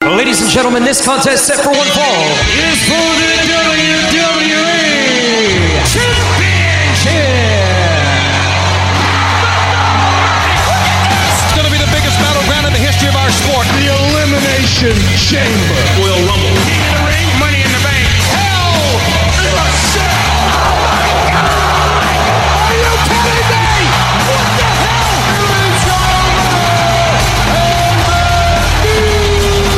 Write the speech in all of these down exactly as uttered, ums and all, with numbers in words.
Ladies and gentlemen, this contest set for one fall is for the W W E Championship. It's going to be the biggest battleground in the history of our sport. The Elimination Chamber. Royal Rumble. King of the Ring, Money in the Bank. Hell in a Cell. Oh my God! Are you kidding me? What the hell? It's over! And the new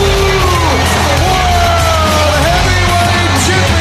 World Heavyweight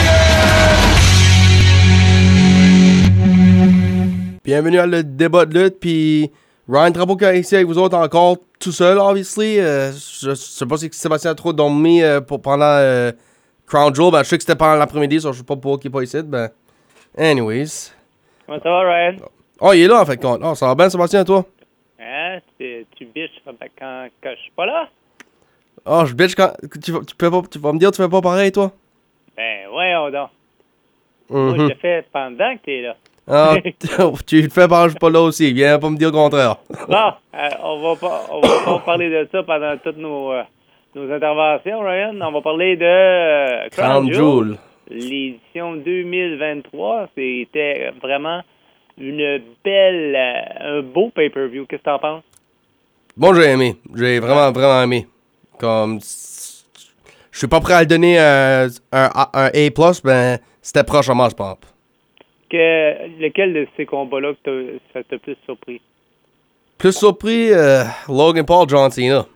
Champion! Bienvenue à le débat de lutte, puis Ryan Drapeau qui est ici avec vous autres encore tout seul, obviously. Euh, je, je sais pas si Sébastien a trop dormi euh, pour, pendant euh, Crown Jewel. Ben, je sais que c'était pendant l'après-midi, so je sais pas pourquoi il est pas ici. Ben, anyways. Comment ça va, Ryan? Oh, il est là, en fait. Oh, ça va bien, Sébastien, toi? Hein? Tu, tu biches quand, quand, quand je suis pas là? Oh, je bitch quand. Tu, vas- tu, peux pas, tu vas me dire que tu fais pas pareil, toi? Ben, voyons donc. Moi, je Mhm. le fais pendant que t'es là. Ah, tu le fais pendant que je suis pas là aussi. Viens pas me dire le contraire. Bon, euh, on va pas on va pas parler de ça pendant toutes nos, euh, nos interventions, Ryan. On va parler de euh, Crown Crown Jewel. Jewel. L'édition deux mille vingt-trois, c'était vraiment une belle, euh, un beau pay-per-view. Qu'est-ce que t'en penses? Bon, j'ai aimé. J'ai vraiment, vraiment aimé. Comme. Je suis pas prêt à le donner un, un, un A+, ben, c'était proche à moi, je pense. Que, lequel de ces combats-là que t'as- ça t'a plus surpris? Plus surpris, euh, Logan Paul, John Cena.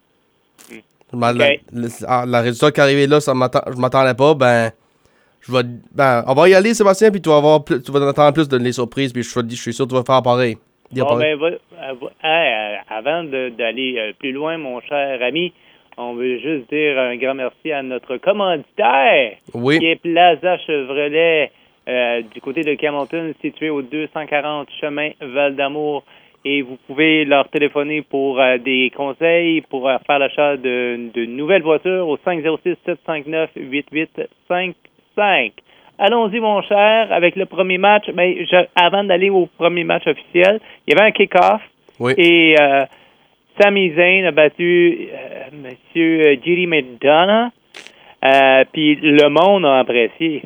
Ma- la, Ok. le- ah, la résultat qui est arrivé là, ça m'attend, je m'attendais pas, ben, je vais, ben, on va y aller, Sébastien, puis tu vas avoir plus, tu vas attendre plus de les surprises, puis je, te dis- je suis sûr que tu vas faire pareil. Dire Bon, pareil. ben, va- euh, va- hey, euh, avant de- d'aller euh, plus loin, mon cher ami, on veut juste dire un grand merci à notre commanditaire, Oui. qui est Plaza Chevrolet, euh, du côté de Hamilton, situé au deux cent quarante chemin Val-d'Amour. Et vous pouvez leur téléphoner pour euh, des conseils, pour euh, faire l'achat de, de nouvelles voitures au cinq zéro six, sept cinq neuf, huit huit cinq cinq. Allons-y, mon cher, avec le premier match. Ben, je- avant d'aller au premier match officiel, il y avait un kick-off. Oui. Et euh, Sami Zayn a battu euh, Monsieur euh, Jerry McDonough. Euh, Puis le monde a apprécié.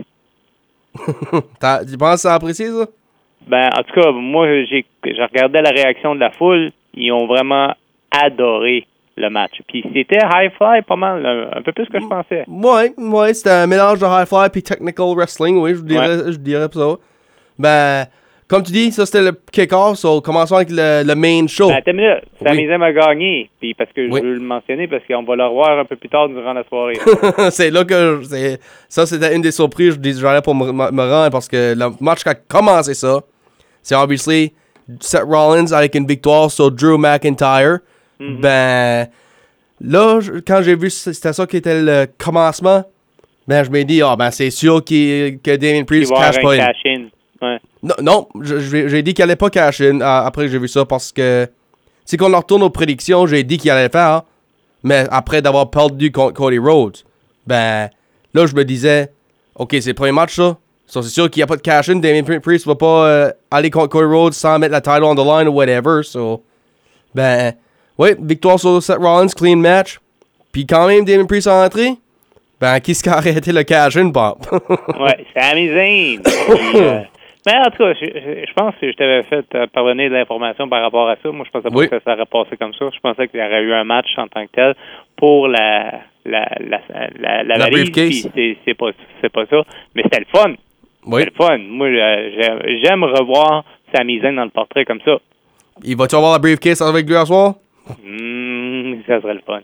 T'as- tu penses que ça a apprécié, ça? Ben, en tout cas, moi, j'ai, je regardais la réaction de la foule. Ils ont vraiment adoré le match. Puis c'était high-fly pas mal, un, un peu plus que je pensais. Ouais, ouais, c'était un mélange de high fly puis technical wrestling, oui, je dirais, je dirais ça. Ben, comme tu dis, ça c'était le kick-off, so commençons avec le, le main show. Ben, attends une minute. Sami Oui. Zayn a gagné. Puis parce que je Oui. veux le mentionner, parce qu'on va le revoir un peu plus tard durant la soirée. c'est là que je- c'est, ça c'était une des surprises, je dis j'allais pour me, me- me rendre parce que le match qui a commencé ça, c'est obviously Seth Rollins avec une victoire sur Drew McIntyre. Mhm. Ben là, je- quand j'ai vu que c'était ça qui était le commencement, ben je me dis ah ben c'est sûr qu'il- que Damien Il Priest va y cache avoir pas un in. cash-in. Ouais. Non, non, je- je- j'ai dit qu'il allait pas cash in euh, après que j'ai vu ça parce que si qu'on en retourne aux prédictions, j'ai dit qu'il allait le faire, hein, mais après d'avoir perdu contre Cody Rhodes, ben là je me disais, ok c'est le premier match ça, so, c'est sûr qu'il n'y a pas de cash in, Damien Pri- Priest va pas euh, aller contre Cody Rhodes sans mettre la title on the line ou whatever, so ben ouais, victoire sur Seth Rollins, clean match, puis quand même Damien Priest est rentré, ben qui ce qui a arrêté le cash in, Bob? Ouais, Sami Zayn. Puis, euh, mais en tout cas, je, je- je pense que je t'avais fait euh, parvenir de l'information par rapport à ça. Moi, je pensais pas Oui. que ça serait passé comme ça. Je pensais qu'il y aurait eu un match en tant que tel pour la la la la, la, La valise. briefcase. Puis c'est c'est pas c'est pas ça. Mais c'était le fun. Oui, C'était le fun. Moi, euh, j'aime, j'aime revoir Sami Zayn dans le portrait comme ça. il va-tu avoir la briefcase avec lui à soir? Hum, ça serait le fun.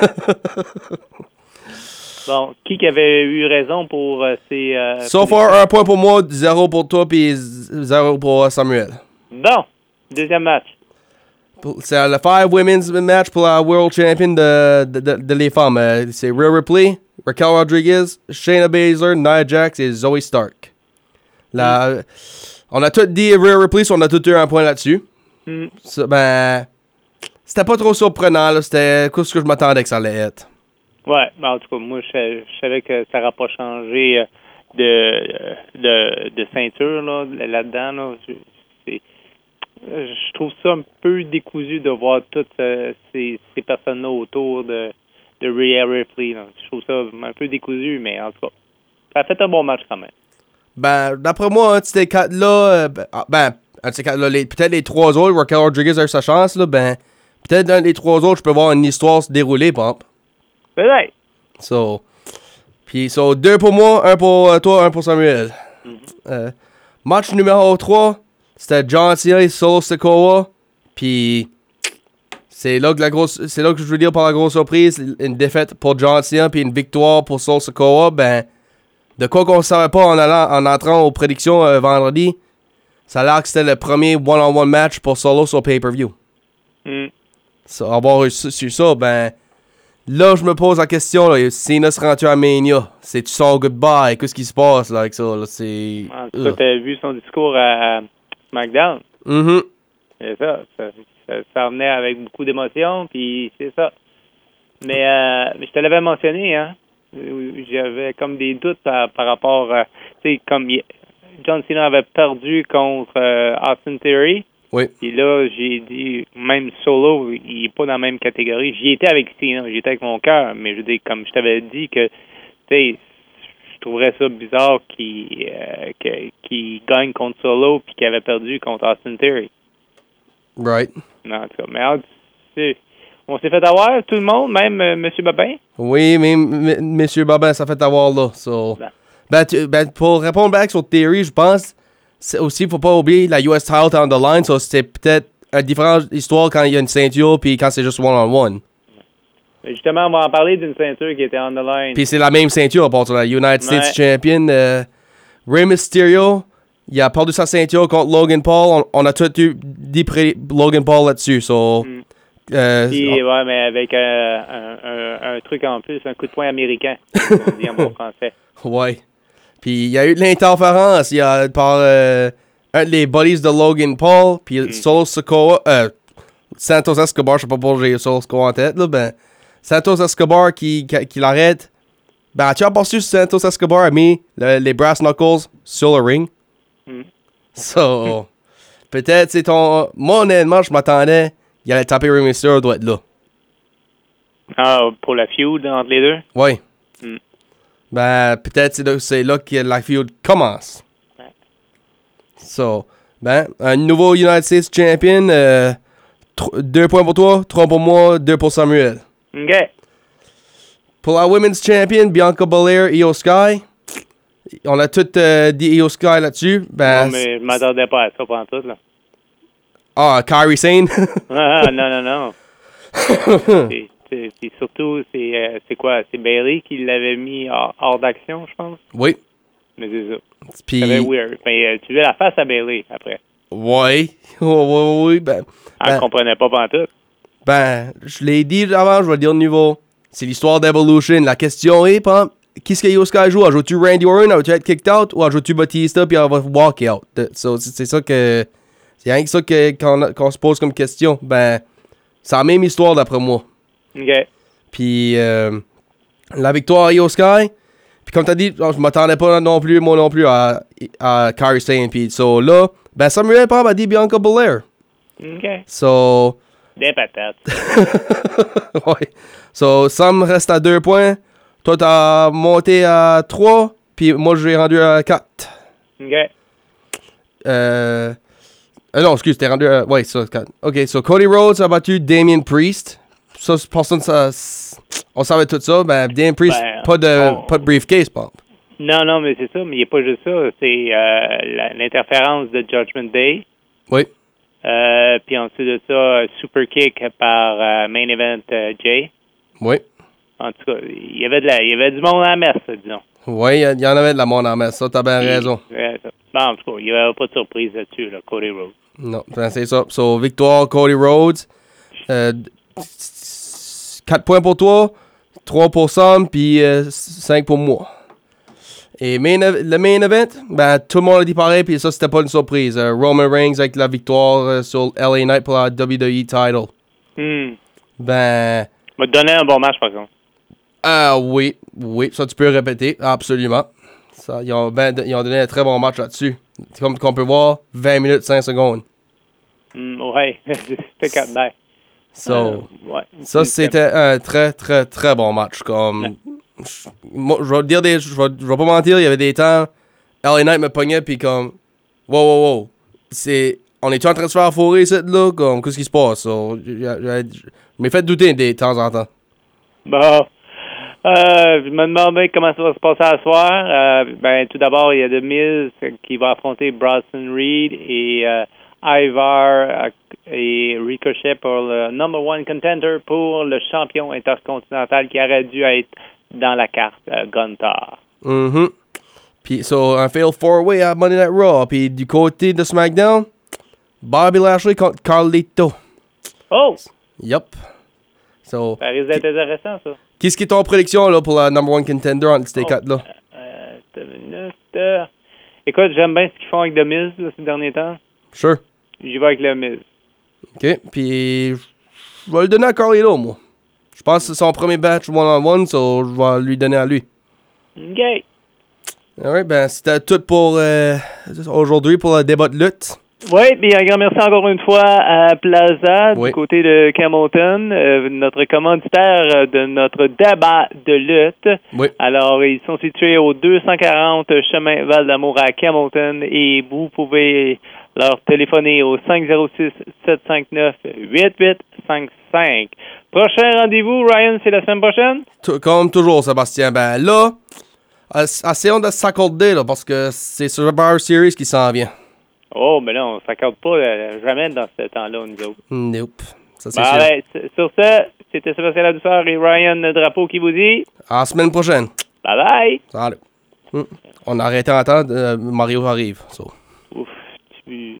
Bon, qui qui avait eu raison pour euh, ces... euh, So far, un point pour moi, zéro pour toi, puis z- zéro pour Samuel. Bon, deuxième match. Pour- C'est le five women's match pour la World Champion de, de, de, de les femmes. Euh, C'est Rhea Ripley, Raquel Rodriguez, Shayna Baszler, Nia Jax et Zoe Stark. La, On a tout dit Rhea Ripley, so on a tout eu un point là-dessus. Hmm. Ça, ben, c'était pas trop surprenant, là. C'était quoi ce que je m'attendais que ça allait être. Ouais, mais en tout cas, moi, je, je savais que ça n'aurait pas changé euh, de, de, de ceinture là, là-dedans. Là. Je, c'est, je trouve ça un peu décousu de voir toutes euh, ces, ces personnes-là autour de, de Rhea Ripley. Donc, je trouve ça un peu décousu, mais en tout cas, ça a fait un bon match quand même. Ben, d'après moi, un de ces quatre-là, euh, ben, ah, ben, un de ces quatre-là, les, peut-être les trois autres, Raquel Rodriguez a eu sa chance, là, ben, peut-être dans les trois autres, je peux voir une histoire se dérouler, par exemple. Peut-être. So, puis, so, deux pour moi, un pour euh, toi, un pour Samuel. Mm-hmm. Euh, match numéro trois, c'était John Cena et Solo Sikoa, puis c'est là que la grosse, c'est là que je veux dire par la grosse surprise, une défaite pour John Cena puis une victoire pour Solo Sikoa, ben, de quoi qu'on ne savait pas en allant, en entrant aux prédictions euh, vendredi, ça a l'air que c'était le premier one-on-one match pour Solo sur pay-per-view. Mm. So, avoir réussi sur ça, ben, là, je me pose la question, là, Cena se rend-tu à Mania? C'est-tu son goodbye? Qu'est-ce qui se passe là, avec ça? Là? C'est... En tout cas, t'as vu son discours à SmackDown. Mm-hmm. C'est ça. Ça, ça. ça revenait avec beaucoup d'émotion, puis c'est ça. Mais, euh, mais je te l'avais mentionné, hein. J'avais comme des doutes par, par rapport à... Tu sais, comme il, John Cena avait perdu contre euh, Austin Theory. Oui. Et là, j'ai dit, même Solo, il n'est pas dans la même catégorie. J'y étais avec Cena, j'y étais avec mon cœur, mais je dis, comme je t'avais dit que, tu sais, je trouverais ça bizarre qu'il euh, qu'il gagne contre Solo puis qu'il avait perdu contre Austin Theory. Right. Non, en tout cas, mais alors, tu sais, on s'est fait avoir, tout le monde, même euh, M. Babin. Oui, mais M. M. Babin, ça fait avoir là. So. Ben. Ben, tu, ben, pour répondre back sur Theory, je pense, c'est aussi, faut pas oublier la U S title on the line, so c'est peut-être une différente histoire quand il y a une ceinture puis quand c'est juste one-on-one. Justement, on va en parler d'une ceinture qui était on the line. Puis c'est la même ceinture, pour la United States Ouais. Champion. Euh, Rey Mysterio, il a perdu sa ceinture contre Logan Paul. On, on a tout eu dit pré- Logan Paul là-dessus. So, Mm. euh, Puis, ouais, mais avec euh, un, un, un truc en plus, un coup de poing américain, comme on dit en bon français. Ouais. Puis il y a eu de l'interférence. Il y a par euh, un des buddies de Logan Paul. Puis Mm. Solo Sikoa. Euh, Santos Escobar, je sais pas pourquoi j'ai Solo Sikoa en tête. Là, ben, Santos Escobar qui, qui, qui l'arrête. Ben, tu as pas su Santos Escobar a mis le, les brass knuckles sur le ring. Mm. So, peut-être c'est ton. Moi, honnêtement, je m'attendais. Il allait taper Rey Mysterio, doit être là. Ah, pour la feud entre les deux? Ouais. Mm. Ben, peut-être c'est là, c'est là que la feud commence. Ouais. So, ben, un nouveau United States Champion. Euh, tr- deux points pour toi, trois pour moi, deux pour Samuel. OK. Pour la Women's Champion, Bianca Belair, Io Sky. On a tout euh, dit Io Sky là-dessus. Ben, Non, mais je m'attendais pas à ça pendant tout, là. Ah, Kairi Sane. Ah, non, non, non. c'est, c'est, c'est surtout, c'est, euh, c'est quoi? C'est Bayley qui l'avait mis hors, hors d'action, je pense. Oui. Mais c'est ça. Puis, C'était weird. Mais euh, tu veux la face à Bayley après. ouais. Oui, oui, oui. Ben, Elle ben, comprenait pas pendant tout. ben, je l'ai dit avant, je vais le dire de nouveau. C'est l'histoire d'Evolution. La question est, par exemple, qu'est-ce que Io Sky joue? Joues-tu Randy Orton? Vas-tu être kicked out? Ou joues-tu Batista puis elle va walk out? So, c'est, c'est ça que... C'est rien que ça que, qu'on, qu'on se pose comme question. Ben, c'est la même histoire d'après moi. OK. Puis, euh, la victoire à Io Sky. Puis, comme t'as dit, je m'attendais pas non plus, moi non plus, à, à Kairi Sane. Puis, so là, ben, Samuel Pab a dit Bianca Belair. OK. So, Des patates. ouais. So, Sam reste à deux points. Toi, t'as monté à trois. Puis, moi, j'ai rendu à quatre. OK. Euh. Euh, non, excuse, t'es rendu à... Ouais, ça, quatre. OK, so Cody Rhodes a battu Damien Priest. Ça, c'est personne, ça... c'est- On savait tout ça. Ben, Damien Priest, Ben, pas, de, on- pas de briefcase, pas. Non, non, mais c'est ça. Mais il n'y a pas juste ça. C'est euh, la- l'interférence de Judgment Day. Oui. Euh, puis ensuite de ça, super kick par euh, Main Event euh, Jay. Oui. En tout cas, il y avait de la, il y avait du monde à la messe, disons. Oui, il y, y en avait de la monde en messe. Ça, t'as bien raison. Ouais, ça. Bon, en tout cas, il n'y avait pas de surprise là-dessus, là, Cody Rhodes. Non, ben, c'est ça. So, victoire, Cody Rhodes. Euh, quatre points pour toi, trois pour Sam, puis euh, cinq pour moi. Et main, ev- le main event, ben, tout le monde a dit pareil, puis ça, c'était pas une surprise. Euh, Roman Reigns avec la victoire euh, sur L A Knight pour la W W E title. Hmm. Ben, M'a donné un bon match, par contre. ah oui, oui, ça tu peux répéter, absolument. Ça, ils, ont ben, ils ont donné un très bon match là-dessus. Comme qu'on peut voir, vingt minutes, cinq secondes. Hmm, ouais, c'était quatre d'air. So, Euh, ouais. ça, c'était un très, très, très bon match. Comme, Ouais. je, moi, je vais te dire des, je vais, je vais pas mentir, il y avait des temps, L A Knight me pognait, puis comme, wow, wow, wow, c'est, on est-tu en train de se faire fourrer, cette là, comme, qu'est-ce qui se passe? So, je, je, je, je m'ai fait douter des temps en temps. Bon. Euh, je me demandais comment ça va se passer à soir. Euh, ben, tout d'abord, il y a The Miz qui va affronter Bronson Reed et euh, Ivar et Ricochet pour le number one contender pour le champion intercontinental qui aurait dû être dans la carte, euh, Gunther. Mm-hmm. Puis, so, un fail four-way à Monday Night Raw. Puis, du côté de SmackDown, Bobby Lashley contre Carlito. Oh! Yup. So, Ça risque d'être intéressant, ça. qu'est-ce qui est ton prédiction là, pour la number one contender entre ces Oh. quatre-là? Euh, deux minutes, euh. Écoute, j'aime bien ce qu'ils font avec The Miz là, ces derniers temps. Sure. J'y vais avec le Miz. OK. Puis, je vais le donner à Carlito, moi. Je pense que c'est son premier match one-on-one, so je vais lui donner à lui. OK. Alright, ben, c'était tout pour euh, aujourd'hui pour le débat de lutte. Oui, bien un grand merci encore une fois à Plaza Oui. du côté de Camelton, euh, notre commanditaire de notre débat de lutte. Oui. Alors, ils sont situés au deux cent quarante chemin Val-d'Amour à Camelton et vous pouvez leur téléphoner au cinq zéro six, sept cinq neuf, huit huit cinq cinq. Prochain rendez-vous, Ryan, c'est la semaine prochaine? T- Comme toujours, Sébastien. Ben là, essayons de s'accorder là, parce que c'est Survivor Series qui s'en vient. Oh, mais là, on ne s'accorde pas euh, jamais dans ce temps-là, nous autres. Nope. Ça, c'est Bon, sûr. allez, c- sur ce, c'était Sébastien Ladouceur et Ryan Drapeau qui vous dit À la semaine prochaine. bye bye! Salut. Hmm. On a arrêté d'entendre, euh, Mario arrive. So. Ouf, tu...